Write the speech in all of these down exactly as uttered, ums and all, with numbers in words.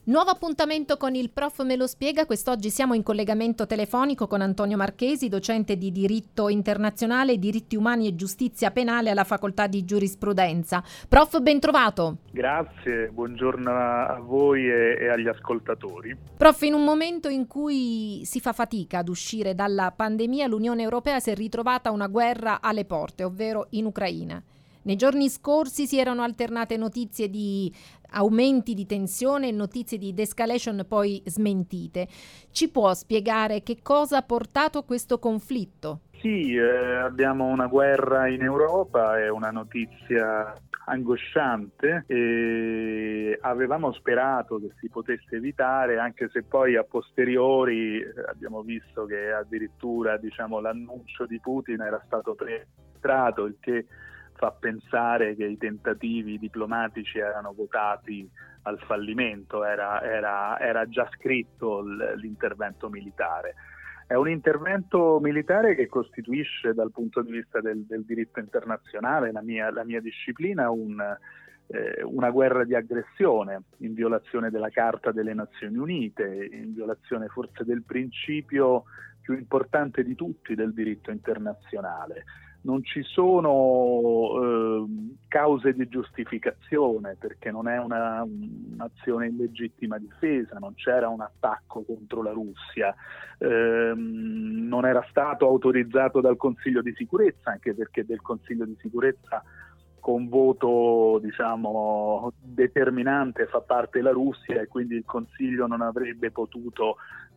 Nuovo appuntamento con il Prof Me lo spiega. Quest'oggi siamo in collegamento telefonico con Antonio Marchesi, docente di diritto internazionale, diritti umani e giustizia penale alla Facoltà di Giurisprudenza. Prof, ben trovato. Grazie, buongiorno a voi e, e agli ascoltatori. Prof, in un momento in cui si fa fatica ad uscire dalla pandemia, l'Unione Europea si è ritrovata una guerra alle porte, ovvero in Ucraina. Nei giorni scorsi si erano alternate notizie di aumenti di tensione e notizie di de-escalation poi smentite. Ci può spiegare che cosa ha portato a questo conflitto? Sì, eh, abbiamo una guerra in Europa, è una notizia angosciante e avevamo sperato che si potesse evitare, anche se poi a posteriori eh, abbiamo visto che addirittura diciamo, l'annuncio di Putin era stato registrato, il che fa pensare che i tentativi diplomatici erano votati al fallimento, era, era, era già scritto l'intervento militare. È un intervento militare che costituisce dal punto di vista del, del diritto internazionale, la mia, la mia disciplina, un, eh, una guerra di aggressione in violazione della Carta delle Nazioni Unite, in violazione forse del principio più importante di tutti del diritto internazionale. Non ci sono eh, cause di giustificazione perché non è una, un'azione in legittima difesa, non c'era un attacco contro la Russia, eh, non era stato autorizzato dal Consiglio di sicurezza, anche perché del Consiglio di sicurezza con voto diciamo determinante fa parte la Russia e quindi il Consiglio non avrebbe potuto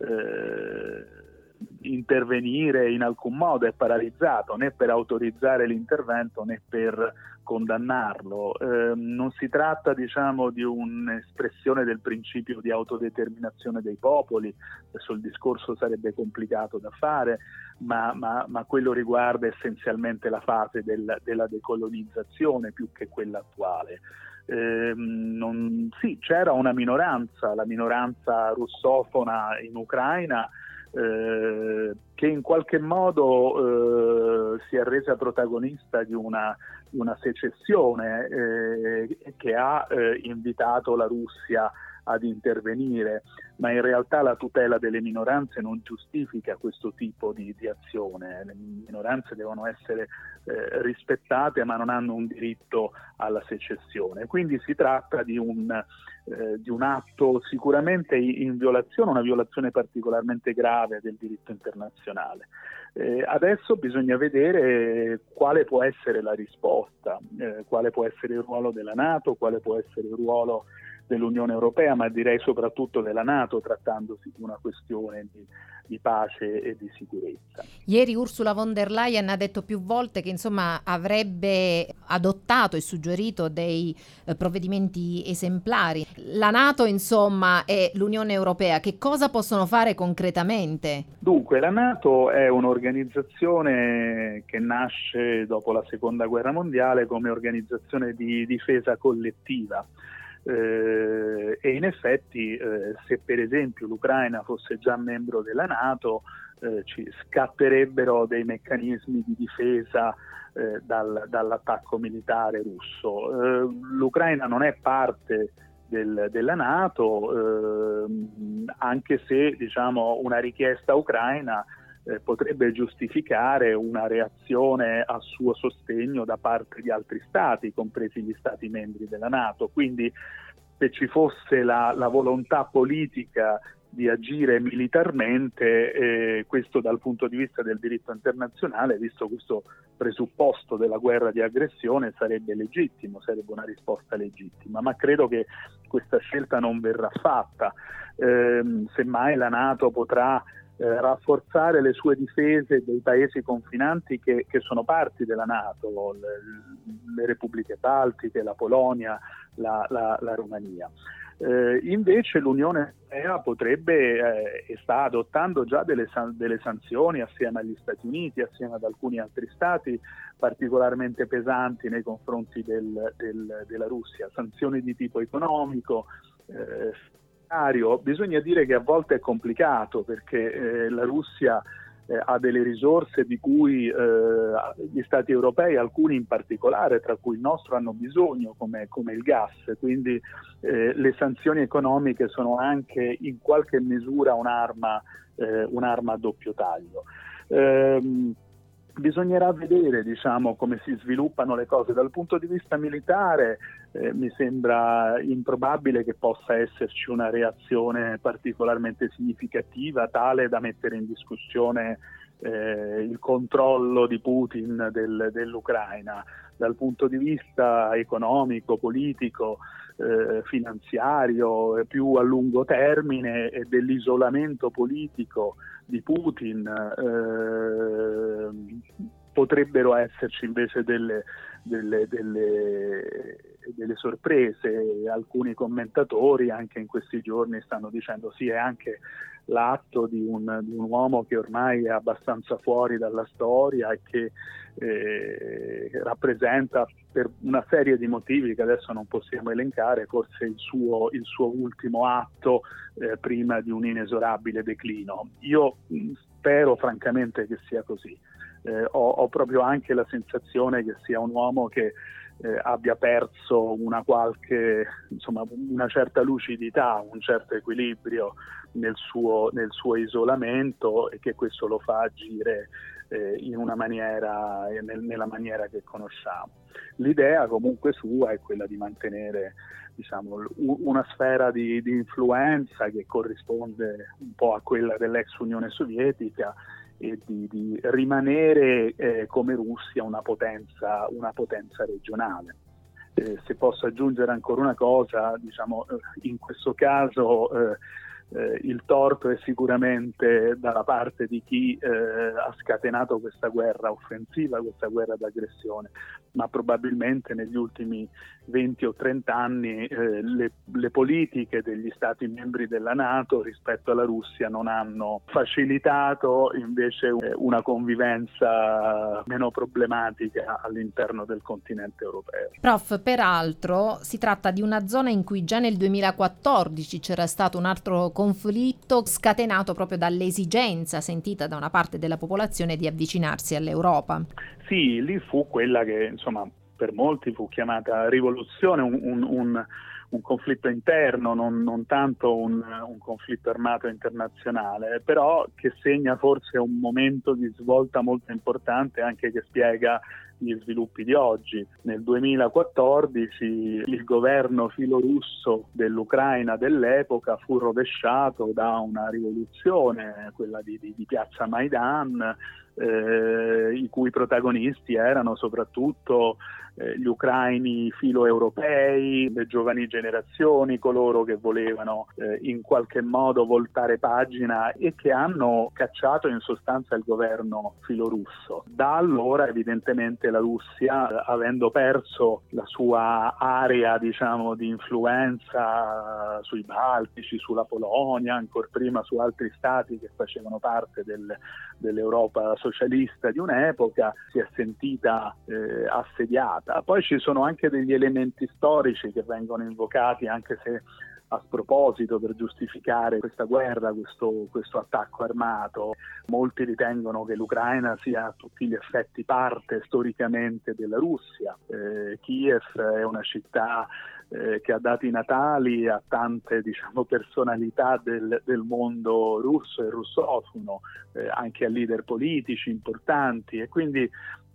eh, intervenire in alcun modo, è paralizzato né per autorizzare l'intervento né per condannarlo. Eh, non si tratta diciamo di un'espressione del principio di autodeterminazione dei popoli, adesso il discorso sarebbe complicato da fare, ma, ma, ma quello riguarda essenzialmente la fase del, della decolonizzazione più che quella attuale. Eh, non, sì, c'era una minoranza, la minoranza russofona in Ucraina, Eh, che in qualche modo eh, si è resa protagonista di una, di una secessione eh, che ha eh, invitato la Russia ad intervenire, ma in realtà la tutela delle minoranze non giustifica questo tipo di, di azione. Le minoranze devono essere eh, rispettate, ma non hanno un diritto alla secessione. Quindi si tratta di un, eh, di un atto sicuramente in violazione, una violazione particolarmente grave del diritto internazionale. Eh, adesso bisogna vedere quale può essere la risposta, eh, quale può essere il ruolo della NATO, quale può essere il ruolo dell'Unione Europea, ma direi soprattutto della NATO, trattandosi di una questione di, di pace e di sicurezza. Ieri Ursula von der Leyen ha detto più volte che insomma avrebbe adottato e suggerito dei eh, provvedimenti esemplari. La NATO insomma e l'Unione Europea che cosa possono fare concretamente? Dunque, la NATO è un'organizzazione che nasce dopo la Seconda Guerra Mondiale come organizzazione di difesa collettiva. Eh, e in effetti eh, se per esempio l'Ucraina fosse già membro della NATO eh, ci scatterebbero dei meccanismi di difesa eh, dal, dall'attacco militare russo. Eh, L'Ucraina non è parte del, della NATO, eh, anche se diciamo una richiesta ucraina Eh, potrebbe giustificare una reazione a suo sostegno da parte di altri stati, compresi gli stati membri della NATO. Quindi se ci fosse la, la volontà politica di agire militarmente, eh, questo dal punto di vista del diritto internazionale, visto questo presupposto della guerra di aggressione, sarebbe legittimo, sarebbe una risposta legittima, ma credo che questa scelta non verrà fatta. Eh, semmai la NATO potrà Eh, rafforzare le sue difese dei paesi confinanti che, che sono parti della NATO, le, le repubbliche baltiche, la Polonia, la, la, la Romania. Eh, invece l'Unione Europea potrebbe eh, e sta adottando già delle, san- delle sanzioni assieme agli Stati Uniti, assieme ad alcuni altri stati particolarmente pesanti nei confronti del, del, della Russia, sanzioni di tipo economico, eh, Bisogna dire che a volte è complicato perché eh, la Russia eh, ha delle risorse di cui eh, gli Stati europei, alcuni in particolare, tra cui il nostro, hanno bisogno, come, come il gas. Quindi eh, le sanzioni economiche sono anche in qualche misura un'arma, eh, un'arma a doppio taglio. Ehm, Bisognerà vedere, diciamo, come si sviluppano le cose. Dal punto di vista militare eh, mi sembra improbabile che possa esserci una reazione particolarmente significativa, tale da mettere in discussione eh, il controllo di Putin del, dell'Ucraina. Dal punto di vista economico, politico, eh, finanziario, più a lungo termine, e dell'isolamento politico di Putin, eh, potrebbero esserci invece delle, delle, delle, delle sorprese. Alcuni commentatori anche in questi giorni stanno dicendo sì, è anche l'atto di un, di un uomo che ormai è abbastanza fuori dalla storia e che eh, rappresenta, per una serie di motivi che adesso non possiamo elencare, forse il suo, il suo ultimo atto eh, prima di un inesorabile declino. Io mh, spero francamente che sia così. Eh, ho, ho proprio anche la sensazione che sia un uomo che eh, abbia perso una qualche, insomma, una certa lucidità, un certo equilibrio nel suo, nel suo isolamento, e che questo lo fa agire eh, in una maniera, nel, nella maniera che conosciamo. L'idea comunque sua è quella di mantenere, diciamo, una sfera di, di influenza che corrisponde un po' a quella dell'ex Unione Sovietica, e di, di rimanere eh, come Russia una potenza, una potenza regionale. Eh, se posso aggiungere ancora una cosa, diciamo, in questo caso eh, eh, il torto è sicuramente dalla parte di chi eh, ha scatenato questa guerra offensiva, questa guerra d'aggressione, ma probabilmente negli ultimi venti o trenta anni eh, le, le politiche degli Stati membri della NATO rispetto alla Russia non hanno facilitato invece una convivenza meno problematica all'interno del continente europeo. Prof, peraltro si tratta di una zona in cui già nel duemilaquattordici c'era stato un altro conflitto scatenato proprio dall'esigenza sentita da una parte della popolazione di avvicinarsi all'Europa. Sì, lì fu quella che, insomma, per molti fu chiamata rivoluzione, un, un, un, un conflitto interno, non, non tanto un, un conflitto armato internazionale, però che segna forse un momento di svolta molto importante, anche che spiega gli sviluppi di oggi. Nel duemilaquattordici il governo filorusso dell'Ucraina dell'epoca fu rovesciato da una rivoluzione, quella di, di, di piazza Maidan, eh, i cui protagonisti erano soprattutto eh, gli ucraini filo-europei, le giovani generazioni, coloro che volevano eh, in qualche modo voltare pagina e che hanno cacciato in sostanza il governo filorusso. Da allora evidentemente la Russia, avendo perso la sua area, diciamo, di influenza sui Baltici, sulla Polonia, ancor prima su altri stati che facevano parte del, dell'Europa socialista di un'epoca, si è sentita eh, assediata. Poi ci sono anche degli elementi storici che vengono invocati, anche se a sproposito, per giustificare questa guerra, questo, questo attacco armato. Molti ritengono che l'Ucraina sia a tutti gli effetti parte storicamente della Russia. Eh, Kiev è una città eh, che ha dato i natali a tante, diciamo, personalità del, del mondo russo e russofono, eh, anche a leader politici importanti, e quindi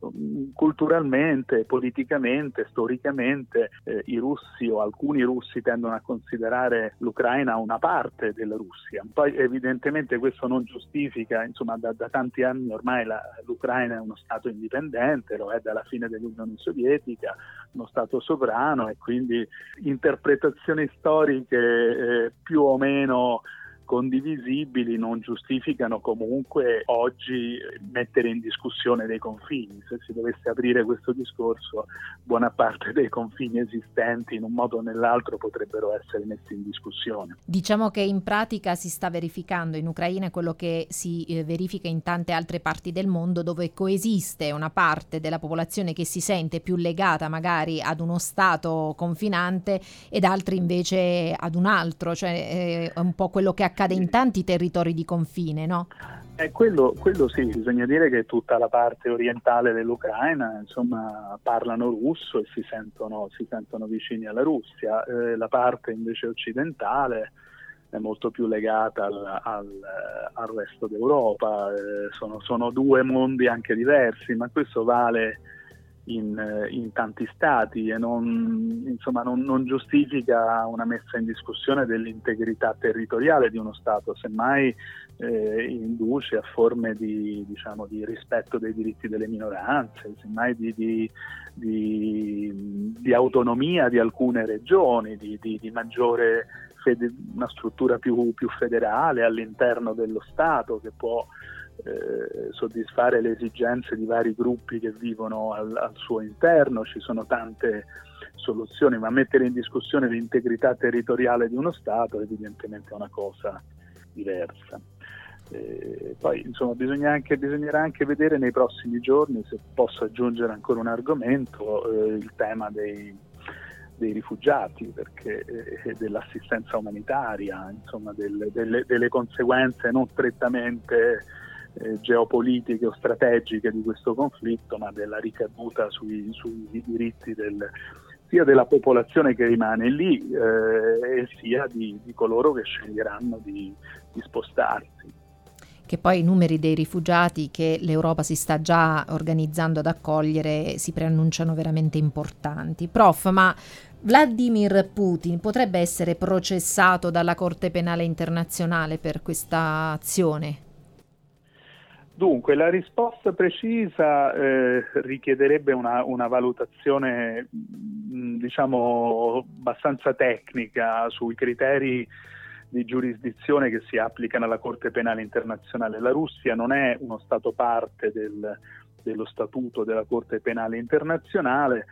culturalmente, politicamente, storicamente eh, i russi o alcuni russi tendono a considerare l'Ucraina una parte della Russia. Poi evidentemente questo non giustifica, insomma, da, da tanti anni ormai la, l'Ucraina è uno stato indipendente, lo è dalla fine dell'Unione Sovietica, uno stato sovrano, e quindi interpretazioni storiche eh, più o meno condivisibili non giustificano comunque oggi mettere in discussione dei confini. Se si dovesse aprire questo discorso, buona parte dei confini esistenti in un modo o nell'altro potrebbero essere messi in discussione. Diciamo che in pratica si sta verificando in Ucraina quello che si eh, verifica in tante altre parti del mondo, dove coesiste una parte della popolazione che si sente più legata magari ad uno stato confinante ed altri invece ad un altro, cioè eh, è un po' quello che accade in tanti territori di confine, no? Eh, quello, quello sì, bisogna dire che tutta la parte orientale dell'Ucraina, insomma, parlano russo e si sentono, si sentono vicini alla Russia. Eh, la parte invece occidentale è molto più legata al, al, al resto d'Europa. Eh, sono, sono due mondi anche diversi, ma questo vale in, in tanti stati e non, insomma, non, non giustifica una messa in discussione dell'integrità territoriale di uno Stato, semmai eh, induce a forme di, diciamo, di rispetto dei diritti delle minoranze, semmai di, di, di, di autonomia di alcune regioni, di, di, di maggiore fede, una struttura più, più federale all'interno dello Stato che può Eh, soddisfare le esigenze di vari gruppi che vivono al, al suo interno. Ci sono tante soluzioni, ma mettere in discussione l'integrità territoriale di uno Stato evidentemente è una cosa diversa. Eh, poi insomma bisogna anche, bisognerà anche vedere nei prossimi giorni, se posso aggiungere ancora un argomento, eh, il tema dei dei rifugiati, perché eh, dell'assistenza umanitaria, insomma del, delle, delle conseguenze non strettamente eh, geopolitiche o strategiche di questo conflitto, ma della ricaduta sui, sui diritti del, sia della popolazione che rimane lì eh, e sia di, di coloro che sceglieranno di, di spostarsi. Che poi i numeri dei rifugiati che l'Europa si sta già organizzando ad accogliere si preannunciano veramente importanti. Prof, ma Vladimir Putin potrebbe essere processato dalla Corte Penale Internazionale per questa azione? Dunque, la risposta precisa eh, richiederebbe una, una valutazione, mh, diciamo, abbastanza tecnica sui criteri di giurisdizione che si applicano alla Corte Penale Internazionale. La Russia non è uno Stato parte del, dello Statuto della Corte Penale Internazionale.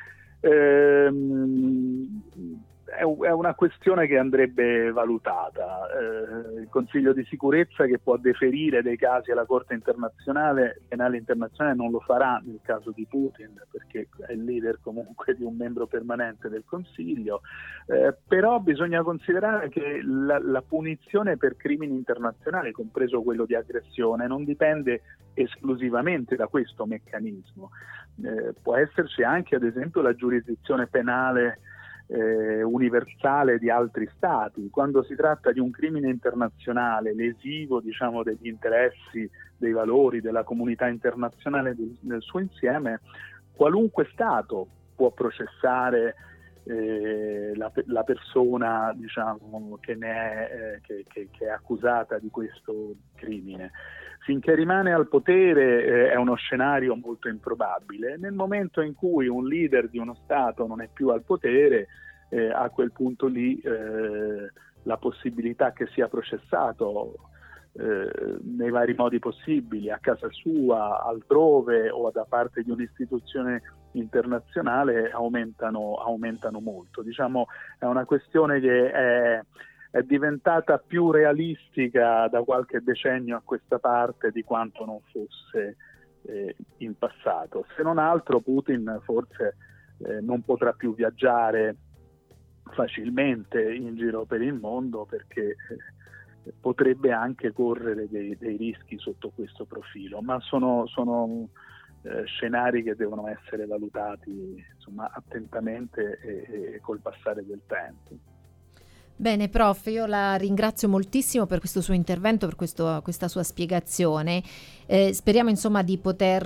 Ehm, è una questione che andrebbe valutata. Eh, il Consiglio di sicurezza, che può deferire dei casi alla Corte internazionale, penale internazionale, non lo farà nel caso di Putin, perché è il leader comunque di un membro permanente del Consiglio, eh, però bisogna considerare che la, la punizione per crimini internazionali, compreso quello di aggressione, non dipende esclusivamente da questo meccanismo. Eh, può esserci anche, ad esempio, la giurisdizione penale Eh, universale di altri stati. Quando si tratta di un crimine internazionale lesivo, diciamo, degli interessi, dei valori della comunità internazionale del, nel suo insieme, qualunque stato può processare eh, la, la persona, diciamo, che, ne è, eh, che, che, che è accusata di questo crimine. Finché rimane al potere eh, è uno scenario molto improbabile. Nel momento in cui un leader di uno Stato non è più al potere, eh, a quel punto lì eh, la possibilità che sia processato eh, nei vari modi possibili, a casa sua, altrove o da parte di un'istituzione internazionale, aumentano, aumentano molto. Diciamo, è una questione che è è diventata più realistica da qualche decennio a questa parte di quanto non fosse eh, in passato. Se non altro, Putin forse eh, non potrà più viaggiare facilmente in giro per il mondo, perché eh, potrebbe anche correre dei, dei rischi sotto questo profilo, ma sono, sono eh, scenari che devono essere valutati, insomma, attentamente e, e col passare del tempo. Bene, prof, io la ringrazio moltissimo per questo suo intervento, per questo, questa sua spiegazione. Eh, speriamo insomma di poter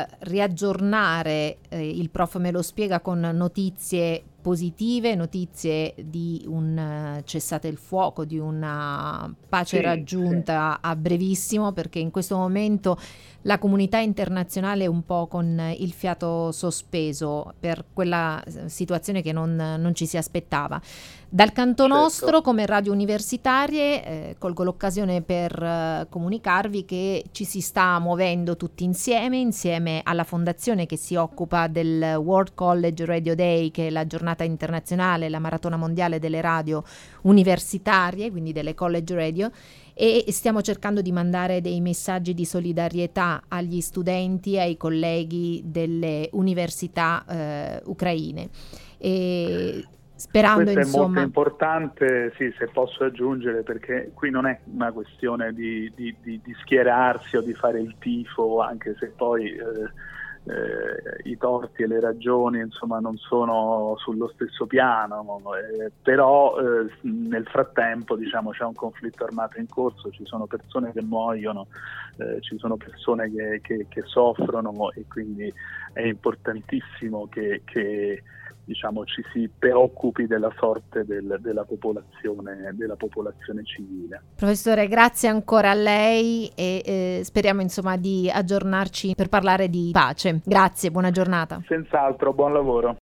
riaggiornare eh, il prof Me lo spiega con notizie positive, notizie di un uh, cessate il fuoco, di una pace sì, raggiunta sì. a brevissimo, perché in questo momento la comunità internazionale è un po' con il fiato sospeso per quella situazione che non, non ci si aspettava. Dal canto certo. nostro, come radio universitarie, eh, colgo l'occasione per uh, comunicarvi che ci si sta muovendo tutti insieme, insieme alla fondazione che si occupa del World College Radio Day, che è la giornata internazionale, la maratona mondiale delle radio universitarie, quindi delle college radio, e stiamo cercando di mandare dei messaggi di solidarietà agli studenti e ai colleghi delle università eh, ucraine. E Sperando, Questo insomma. è molto importante, sì, se posso aggiungere, perché qui non è una questione di, di, di, di schierarsi o di fare il tifo, anche se poi eh, eh, i torti e le ragioni, insomma, non sono sullo stesso piano, eh, però eh, nel frattempo, diciamo, c'è un conflitto armato in corso, ci sono persone che muoiono, eh, ci sono persone che, che, che soffrono, e quindi è importantissimo che, che diciamo, ci si preoccupi della sorte del, della popolazione, della popolazione civile. Professore, grazie ancora a lei e eh, speriamo, insomma, di aggiornarci per parlare di pace. Grazie, buona giornata. Senz'altro, buon lavoro.